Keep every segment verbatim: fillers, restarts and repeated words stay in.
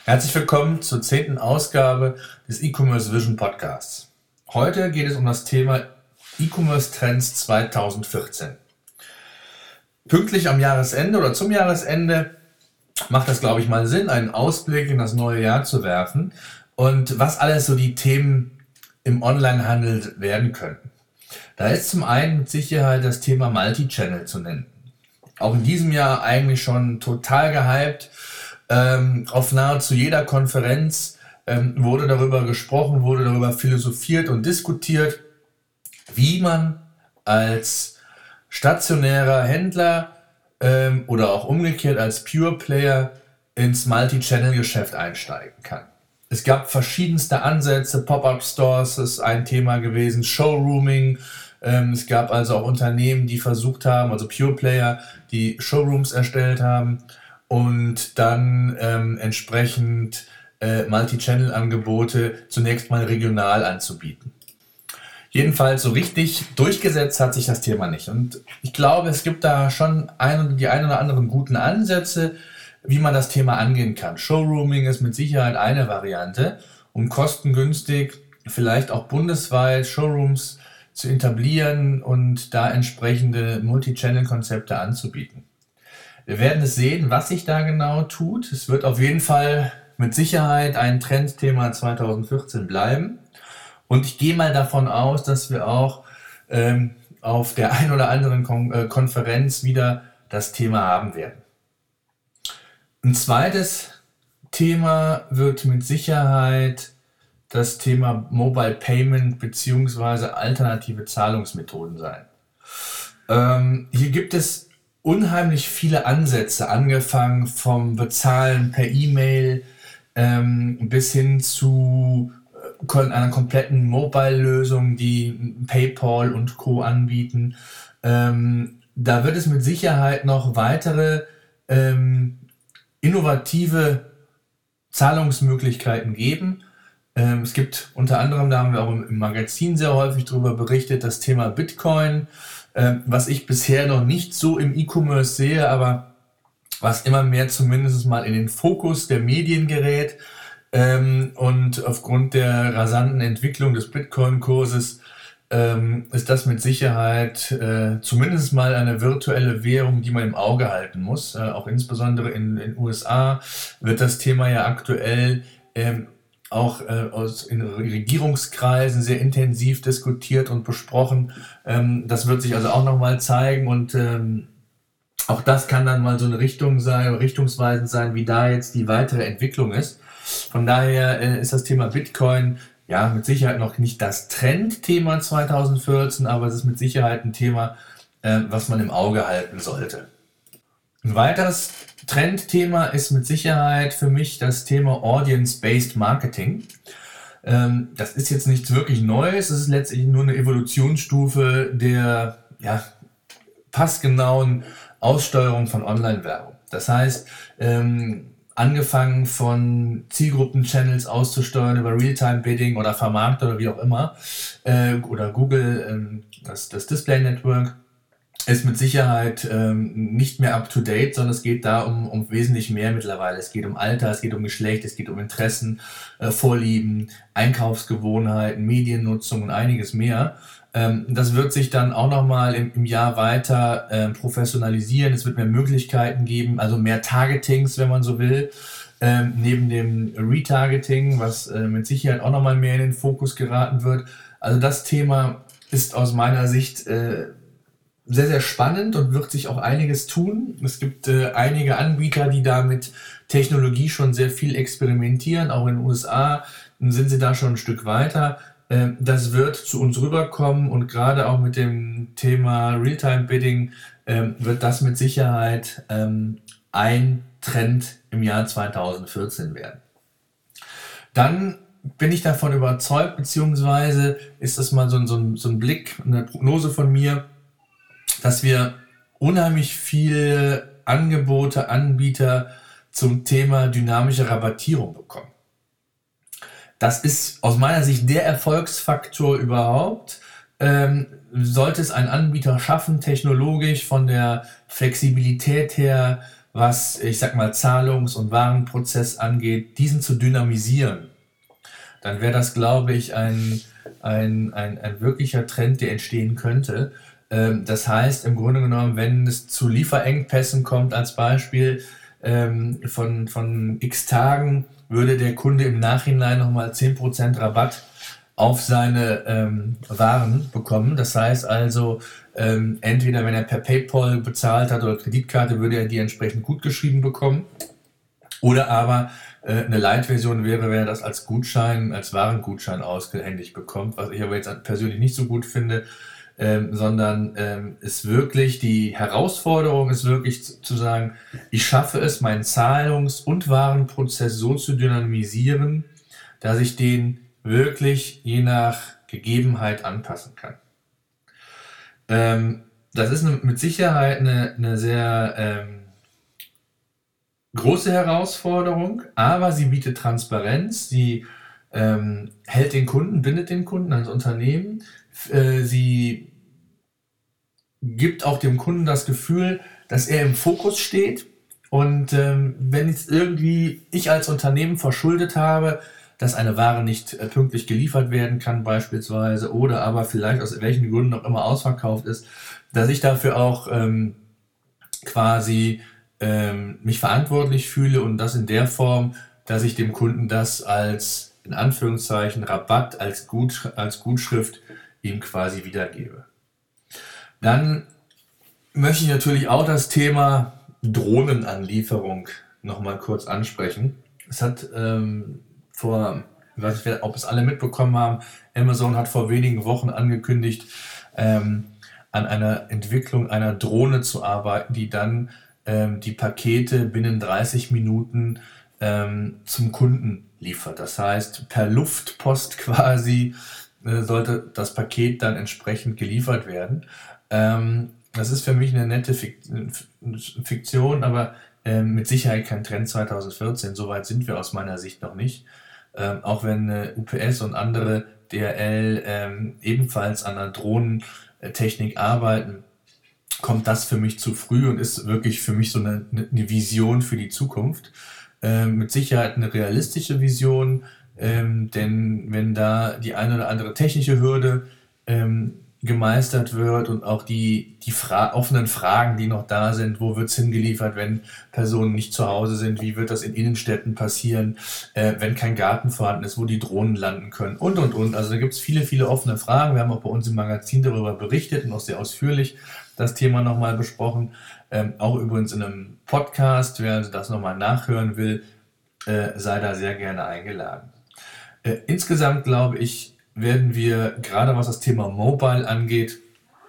Herzlich willkommen zur zehnten Ausgabe des E-Commerce Vision Podcasts. Heute geht es um das Thema E-Commerce Trends zweitausendvierzehn. Pünktlich am Jahresende oder zum Jahresende macht das, glaube ich, mal Sinn, einen Ausblick in das neue Jahr zu werfen und was alles so die Themen im Onlinehandel werden könnten. Da ist zum einen mit Sicherheit das Thema Multi-Channel zu nennen. Auch in diesem Jahr eigentlich schon total gehypt. Ähm, auf nahezu jeder Konferenz ähm, wurde darüber gesprochen, wurde darüber philosophiert und diskutiert, wie man als stationärer Händler ähm, oder auch umgekehrt als Pure Player ins Multi-Channel-Geschäft einsteigen kann. Es gab verschiedenste Ansätze, Pop-up-Stores ist ein Thema gewesen, Showrooming. Ähm, es gab also auch Unternehmen, die versucht haben, also Pure Player, die Showrooms erstellt haben und dann ähm, entsprechend äh, Multi-Channel-Angebote zunächst mal regional anzubieten. Jedenfalls so richtig durchgesetzt hat sich das Thema nicht. Und ich glaube, es gibt da schon ein, die ein oder anderen guten Ansätze, wie man das Thema angehen kann. Showrooming ist mit Sicherheit eine Variante, um kostengünstig, vielleicht auch bundesweit Showrooms zu etablieren und da entsprechende Multi-Channel-Konzepte anzubieten. Wir werden es sehen, was sich da genau tut. Es wird auf jeden Fall mit Sicherheit ein Trendthema zweitausendvierzehn bleiben. Und ich gehe mal davon aus, dass wir auch ähm, auf der ein oder anderen Kon- äh, Konferenz wieder das Thema haben werden. Ein zweites Thema wird mit Sicherheit das Thema Mobile Payment bzw. alternative Zahlungsmethoden sein. Ähm, hier gibt es unheimlich viele Ansätze, angefangen vom Bezahlen per E-Mail ähm, bis hin zu äh, einer kompletten Mobile-Lösung, die PayPal und Co. anbieten. Ähm, da wird es mit Sicherheit noch weitere ähm, innovative Zahlungsmöglichkeiten geben. Ähm, es gibt unter anderem, da haben wir auch im, im Magazin sehr häufig darüber berichtet, das Thema Bitcoin, ähm, was ich bisher noch nicht so im E-Commerce sehe, aber was immer mehr zumindest mal in den Fokus der Medien gerät. Ähm, und aufgrund der rasanten Entwicklung des Bitcoin-Kurses ähm, ist das mit Sicherheit äh, zumindest mal eine virtuelle Währung, die man im Auge halten muss. Äh, auch insbesondere in den U S A wird das Thema ja aktuell ähm, auch äh, aus, in Regierungskreisen sehr intensiv diskutiert und besprochen. Ähm, das wird sich also auch nochmal zeigen und ähm, auch das kann dann mal so eine Richtung sein, richtungsweisend sein, wie da jetzt die weitere Entwicklung ist. Von daher äh, ist das Thema Bitcoin ja mit Sicherheit noch nicht das Trendthema zweitausendvierzehn, aber es ist mit Sicherheit ein Thema, äh, was man im Auge halten sollte. Ein weiteres Trendthema ist mit Sicherheit für mich das Thema Audience-Based Marketing. Ähm, das ist jetzt nichts wirklich Neues, es ist letztlich nur eine Evolutionsstufe der ja, passgenauen Aussteuerung von Online-Werbung. Das heißt, ähm, angefangen von Zielgruppen-Channels auszusteuern über Realtime-Bidding oder Vermarkt oder wie auch immer, äh, oder Google, ähm, das, das Display-Network, ist mit Sicherheit ähm, nicht mehr up-to-date, sondern es geht da um, um wesentlich mehr mittlerweile. Es geht um Alter, es geht um Geschlecht, es geht um Interessen, äh, Vorlieben, Einkaufsgewohnheiten, Mediennutzung und einiges mehr. Ähm, das wird sich dann auch nochmal im, im Jahr weiter äh, professionalisieren. Es wird mehr Möglichkeiten geben, also mehr Targetings, wenn man so will, ähm, neben dem Retargeting, was äh, mit Sicherheit auch nochmal mehr in den Fokus geraten wird. Also das Thema ist aus meiner Sicht äh, sehr, sehr spannend und wird sich auch einiges tun. Es gibt äh, einige Anbieter, die da mit Technologie schon sehr viel experimentieren. Auch in den U S A sind sie da schon ein Stück weiter. Ähm, das wird zu uns rüberkommen und gerade auch mit dem Thema Realtime-Bidding ähm, wird das mit Sicherheit ähm, ein Trend im Jahr zweitausendvierzehn werden. Dann bin ich davon überzeugt, beziehungsweise ist das mal so, so, so ein Blick, eine Prognose von mir, dass wir unheimlich viele Angebote, Anbieter zum Thema dynamische Rabattierung bekommen. Das ist aus meiner Sicht der Erfolgsfaktor überhaupt. Ähm, sollte es ein Anbieter schaffen, technologisch von der Flexibilität her, was, ich sag mal, Zahlungs- und Warenprozess angeht, diesen zu dynamisieren, dann wäre das, glaube ich, ein, ein, ein, ein wirklicher Trend, der entstehen könnte. Ähm, das heißt, im Grunde genommen, wenn es zu Lieferengpässen kommt, als Beispiel ähm, von, von x Tagen, würde der Kunde im Nachhinein nochmal zehn Prozent Rabatt auf seine ähm, Waren bekommen. Das heißt also, ähm, entweder wenn er per PayPal bezahlt hat oder Kreditkarte, würde er die entsprechend gut geschrieben bekommen. Oder aber äh, eine Light-Version wäre, wenn er das als Gutschein, als Warengutschein ausgehändigt bekommt, was ich aber jetzt persönlich nicht so gut finde, ähm, sondern ähm, ist wirklich, die Herausforderung ist wirklich zu, zu sagen, ich schaffe es, meinen Zahlungs- und Warenprozess so zu dynamisieren, dass ich den wirklich je nach Gegebenheit anpassen kann. Ähm, das ist eine, mit Sicherheit eine, eine sehr ähm, große Herausforderung, aber sie bietet Transparenz, sie ähm, hält den Kunden, bindet den Kunden ans Unternehmen, äh, sie gibt auch dem Kunden das Gefühl, dass er im Fokus steht und ähm, wenn jetzt irgendwie ich als Unternehmen verschuldet habe, dass eine Ware nicht äh, pünktlich geliefert werden kann beispielsweise oder aber vielleicht aus welchen Gründen auch immer ausverkauft ist, dass ich dafür auch ähm, quasi ähm, mich verantwortlich fühle und das in der Form, dass ich dem Kunden das als in Anführungszeichen Rabatt, als, Gut, als Gutschrift ihm quasi wiedergebe. Dann möchte ich natürlich auch das Thema Drohnenanlieferung nochmal kurz ansprechen. Es hat ähm, vor, ich weiß nicht, ob es alle mitbekommen haben, Amazon hat vor wenigen Wochen angekündigt, ähm, an einer Entwicklung einer Drohne zu arbeiten, die dann ähm, die Pakete binnen dreißig Minuten ähm, zum Kunden liefert. Das heißt, per Luftpost quasi äh, sollte das Paket dann entsprechend geliefert werden. Ähm, das ist für mich eine nette Fiktion, aber ähm, mit Sicherheit kein Trend zwanzig vierzehn. Soweit sind wir aus meiner Sicht noch nicht. Ähm, auch wenn äh, U P S und andere D H L ähm, ebenfalls an der Drohnentechnik arbeiten, kommt das für mich zu früh und ist wirklich für mich so eine, eine Vision für die Zukunft. Ähm, mit Sicherheit eine realistische Vision, ähm, denn wenn da die eine oder andere technische Hürde ähm, gemeistert wird und auch die, die Fra- offenen Fragen, die noch da sind, wo wird es hingeliefert, wenn Personen nicht zu Hause sind, wie wird das in Innenstädten passieren, äh, wenn kein Garten vorhanden ist, wo die Drohnen landen können und und und. Also da gibt es viele, viele offene Fragen. Wir haben auch bei uns im Magazin darüber berichtet und auch sehr ausführlich das Thema nochmal besprochen. Ähm, auch übrigens in einem Podcast, wer also das nochmal nachhören will, äh, sei da sehr gerne eingeladen. Äh, insgesamt glaube ich, werden wir, gerade was das Thema Mobile angeht,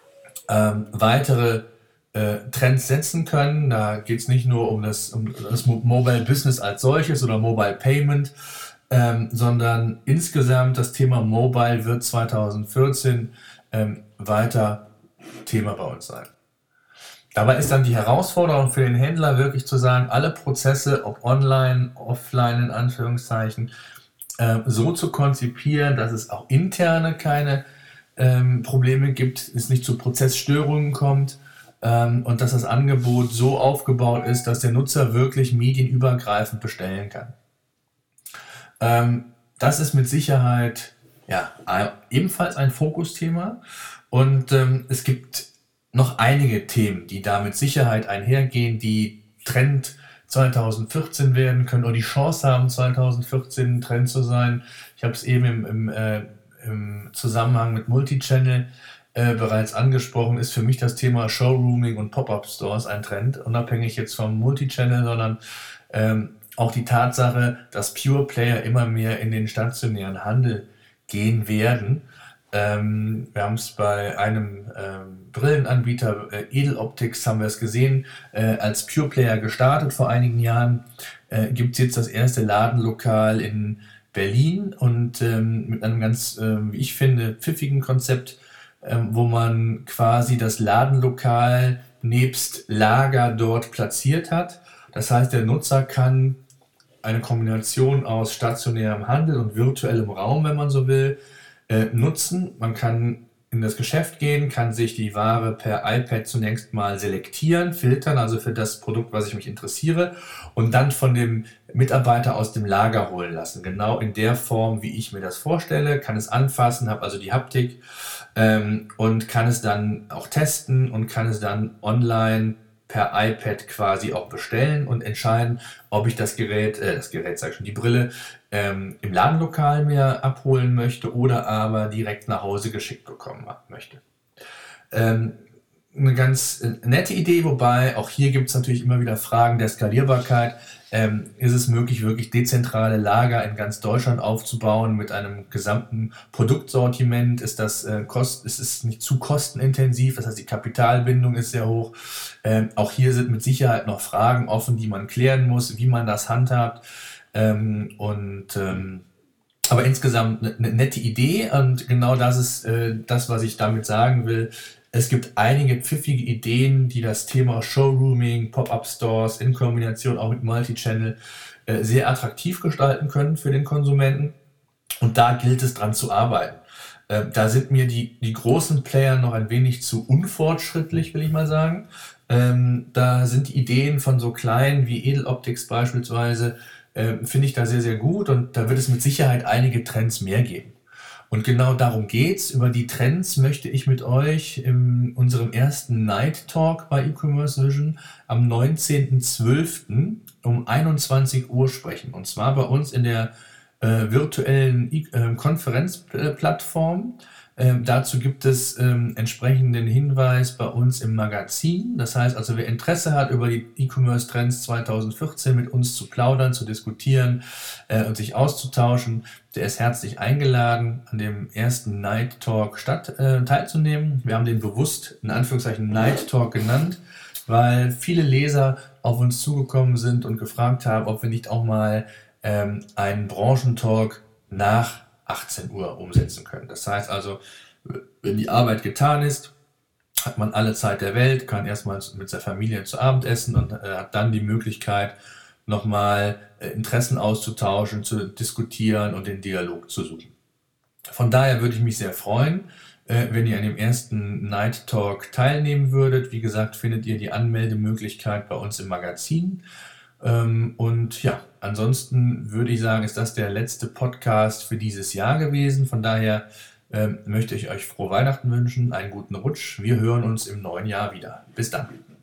ähm, weitere äh, Trends setzen können. Da geht es nicht nur um das, um das Mobile Business als solches oder Mobile Payment, ähm, sondern insgesamt das Thema Mobile wird zwanzig vierzehn ähm, weiter Thema bei uns sein. Dabei ist dann die Herausforderung für den Händler wirklich zu sagen, alle Prozesse, ob online, offline in Anführungszeichen, äh, so zu konzipieren, dass es auch interne keine ähm, Probleme gibt, es nicht zu Prozessstörungen kommt ähm, und dass das Angebot so aufgebaut ist, dass der Nutzer wirklich medienübergreifend bestellen kann. Ähm, das ist mit Sicherheit ja, ebenfalls ein Fokusthema und ähm, es gibt noch einige Themen, die da mit Sicherheit einhergehen, die Trend zwanzig vierzehn werden können oder die Chance haben, zwanzig vierzehn ein Trend zu sein. Ich habe es eben im, im, äh, im Zusammenhang mit Multichannel äh, bereits angesprochen, ist für mich das Thema Showrooming und Pop-Up-Stores ein Trend, unabhängig jetzt vom Multichannel, sondern ähm, auch die Tatsache, dass Pure Player immer mehr in den stationären Handel gehen werden. Ähm, wir haben es bei einem ähm, Brillenanbieter, äh, Edeloptics, haben wir es gesehen, äh, als Pure Player gestartet vor einigen Jahren. Äh, gibt es jetzt das erste Ladenlokal in Berlin und ähm, mit einem ganz, ähm, wie ich finde, pfiffigen Konzept, ähm, wo man quasi das Ladenlokal nebst Lager dort platziert hat. Das heißt, der Nutzer kann eine Kombination aus stationärem Handel und virtuellem Raum, wenn man so will, äh, nutzen. Man kann in das Geschäft gehen, kann sich die Ware per iPad zunächst mal selektieren, filtern, also für das Produkt, was ich mich interessiere, und dann von dem Mitarbeiter aus dem Lager holen lassen. Genau in der Form, wie ich mir das vorstelle, kann es anfassen, habe also die Haptik ähm, und kann es dann auch testen und kann es dann online per iPad quasi auch bestellen und entscheiden, ob ich das Gerät, äh, das Gerät sag ich schon, die Brille ähm, im Ladenlokal mir abholen möchte oder aber direkt nach Hause geschickt bekommen möchte. Ähm, eine ganz äh, nette Idee, wobei auch hier gibt es natürlich immer wieder Fragen der Skalierbarkeit. Ähm, ist es möglich, wirklich dezentrale Lager in ganz Deutschland aufzubauen mit einem gesamten Produktsortiment? Ist das äh, kost, ist es nicht zu kostenintensiv? Das heißt, die Kapitalbindung ist sehr hoch. Ähm, auch hier sind mit Sicherheit noch Fragen offen, die man klären muss, wie man das handhabt. Ähm, und ähm, aber insgesamt eine ne nette Idee, und genau das ist äh, das, was ich damit sagen will. Es gibt einige pfiffige Ideen, die das Thema Showrooming, Pop-up-Stores in Kombination auch mit Multichannel äh, sehr attraktiv gestalten können für den Konsumenten. Und da gilt es dran zu arbeiten. Äh, da sind mir die, die großen Player noch ein wenig zu unfortschrittlich, will ich mal sagen. Ähm, da sind die Ideen von so kleinen wie Edeloptics beispielsweise, äh, finde ich da sehr, sehr gut, und da wird es mit Sicherheit einige Trends mehr geben. Und genau darum geht's. Über die Trends möchte ich mit euch in unserem ersten Night Talk bei E-Commerce Vision am neunzehnten zwölften um einundzwanzig Uhr sprechen. Und zwar bei uns in der äh, virtuellen e äh, Konferenzplattform. Ähm, dazu gibt es ähm, entsprechenden Hinweis bei uns im Magazin. Das heißt also, wer Interesse hat, über die E-Commerce Trends zweitausendvierzehn mit uns zu plaudern, zu diskutieren äh, und sich auszutauschen, der ist herzlich eingeladen, an dem ersten Night Talk statt, äh, teilzunehmen. Wir haben den bewusst in Anführungszeichen Night Talk genannt, weil viele Leser auf uns zugekommen sind und gefragt haben, ob wir nicht auch mal ähm, einen Branchentalk nach achtzehn Uhr umsetzen können. Das heißt also, wenn die Arbeit getan ist, hat man alle Zeit der Welt, kann erstmal mit der Familie zu Abend essen und äh, hat dann die Möglichkeit, nochmal äh, Interessen auszutauschen, zu diskutieren und den Dialog zu suchen. Von daher würde ich mich sehr freuen, äh, wenn ihr an dem ersten Night Talk teilnehmen würdet. Wie gesagt, findet ihr die Anmeldemöglichkeit bei uns im Magazin. Ähm, und ja, ansonsten würde ich sagen, ist das der letzte Podcast für dieses Jahr gewesen. Von daher ähm, möchte ich euch frohe Weihnachten wünschen, einen guten Rutsch. Wir hören uns im neuen Jahr wieder. Bis dann.